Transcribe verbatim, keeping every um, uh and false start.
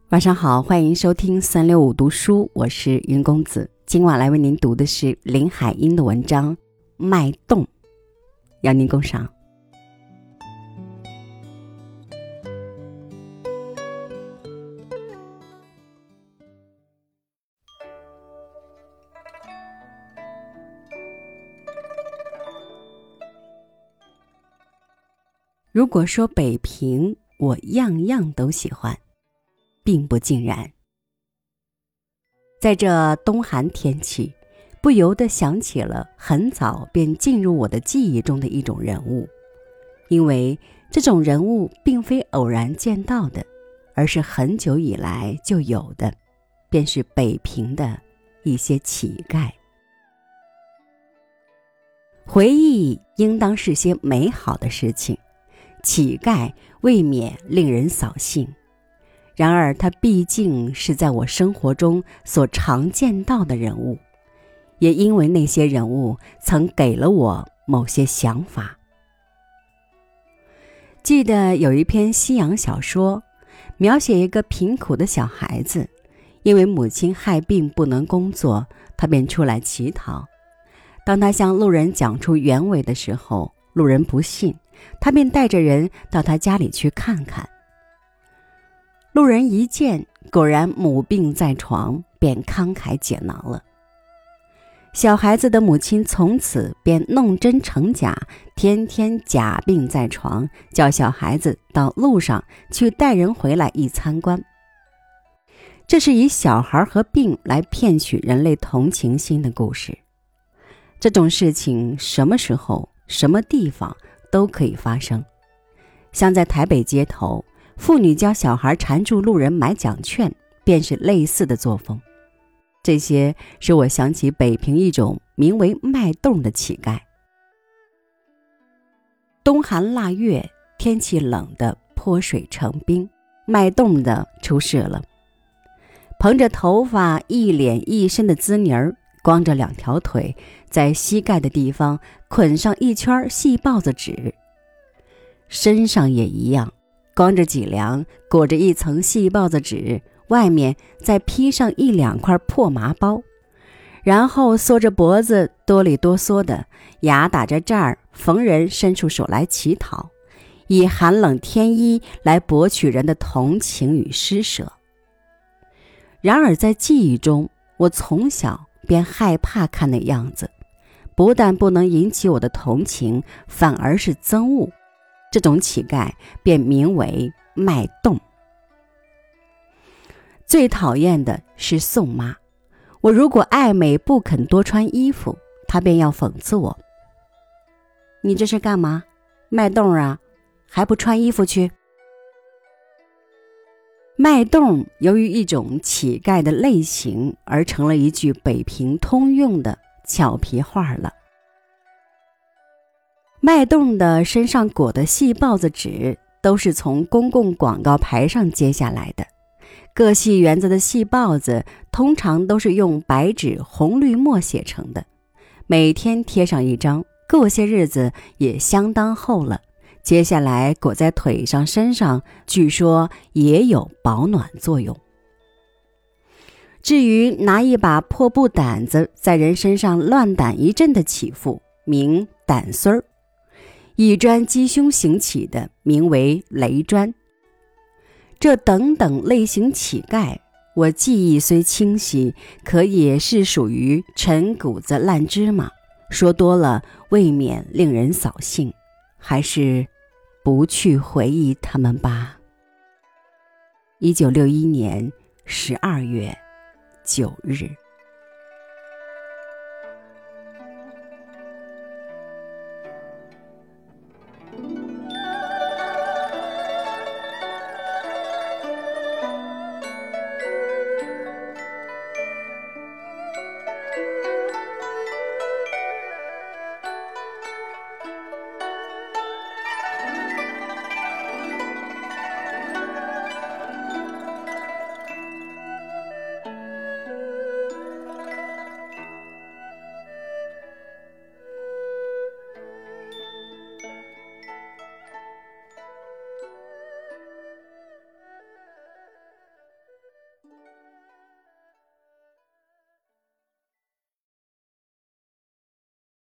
晚上好，欢迎收听三六五读书，我是云公子。今晚来为您读的是林海音的文章《脉动》，邀您共赏。如果说北平我样样都喜欢，并不尽然。在这冬寒天气，不由得想起了很早便进入我的记忆中的一种人物，因为这种人物并非偶然见到的，而是很久以来就有的，便是北平的一些乞丐。回忆应当是些美好的事情，乞丐未免令人扫兴，然而他毕竟是在我生活中所常见到的人物，也因为那些人物曾给了我某些想法。记得有一篇西洋小说，描写一个贫苦的小孩子，因为母亲害病不能工作，他便出来乞讨。当他向路人讲出原委的时候，路人不信，他便带着人到他家里去看看。路人一见，果然母病在床，便慷慨解囊了。小孩子的母亲从此便弄真成假，天天假病在床，叫小孩子到路上去带人回来一参观。这是以小孩和病来骗取人类同情心的故事。这种事情什么时候、什么地方都可以发生。像在台北街头，妇女教小孩缠住路人买奖券，便是类似的作风。这些使我想起北平一种名为脉动的乞丐。冬寒腊月，天气冷得泼水成冰，脉动的出事了。蓬着头发，一脸一身的滋泥儿，光着两条腿，在膝盖的地方捆上一圈细豹子纸，身上也一样，光着脊梁，裹着一层细豹子纸，外面再披上一两块破麻包，然后缩着脖子，哆里哆嗦的，牙打着这儿，逢人伸出手来乞讨，以寒冷天衣来博取人的同情与施舍。然而在记忆中，我从小便害怕看那样子，不但不能引起我的同情，反而是憎恶。这种乞丐便名为脉动。最讨厌的是宋妈，我如果爱美不肯多穿衣服，她便要讽刺我：你这是干嘛？脉动啊，还不穿衣服去？脉动由于一种乞丐的类型而成了一句北平通用的俏皮话了。脉动的身上裹的细豹子纸都是从公共广告牌上揭下来的，各细园子的细豹子通常都是用白纸红绿墨写成的，每天贴上一张，过些日子也相当厚了，接下来裹在腿上身上，据说也有保暖作用。至于拿一把破布掸子在人身上乱掸一阵的起伏，名掸丝儿；以砖击胸行起的，名为雷砖。这等等类型乞丐，我记忆虽清晰，可也是属于陈谷子烂芝麻，说多了未免令人扫兴，还是不去回忆他们吧。一九六一年十二月九日。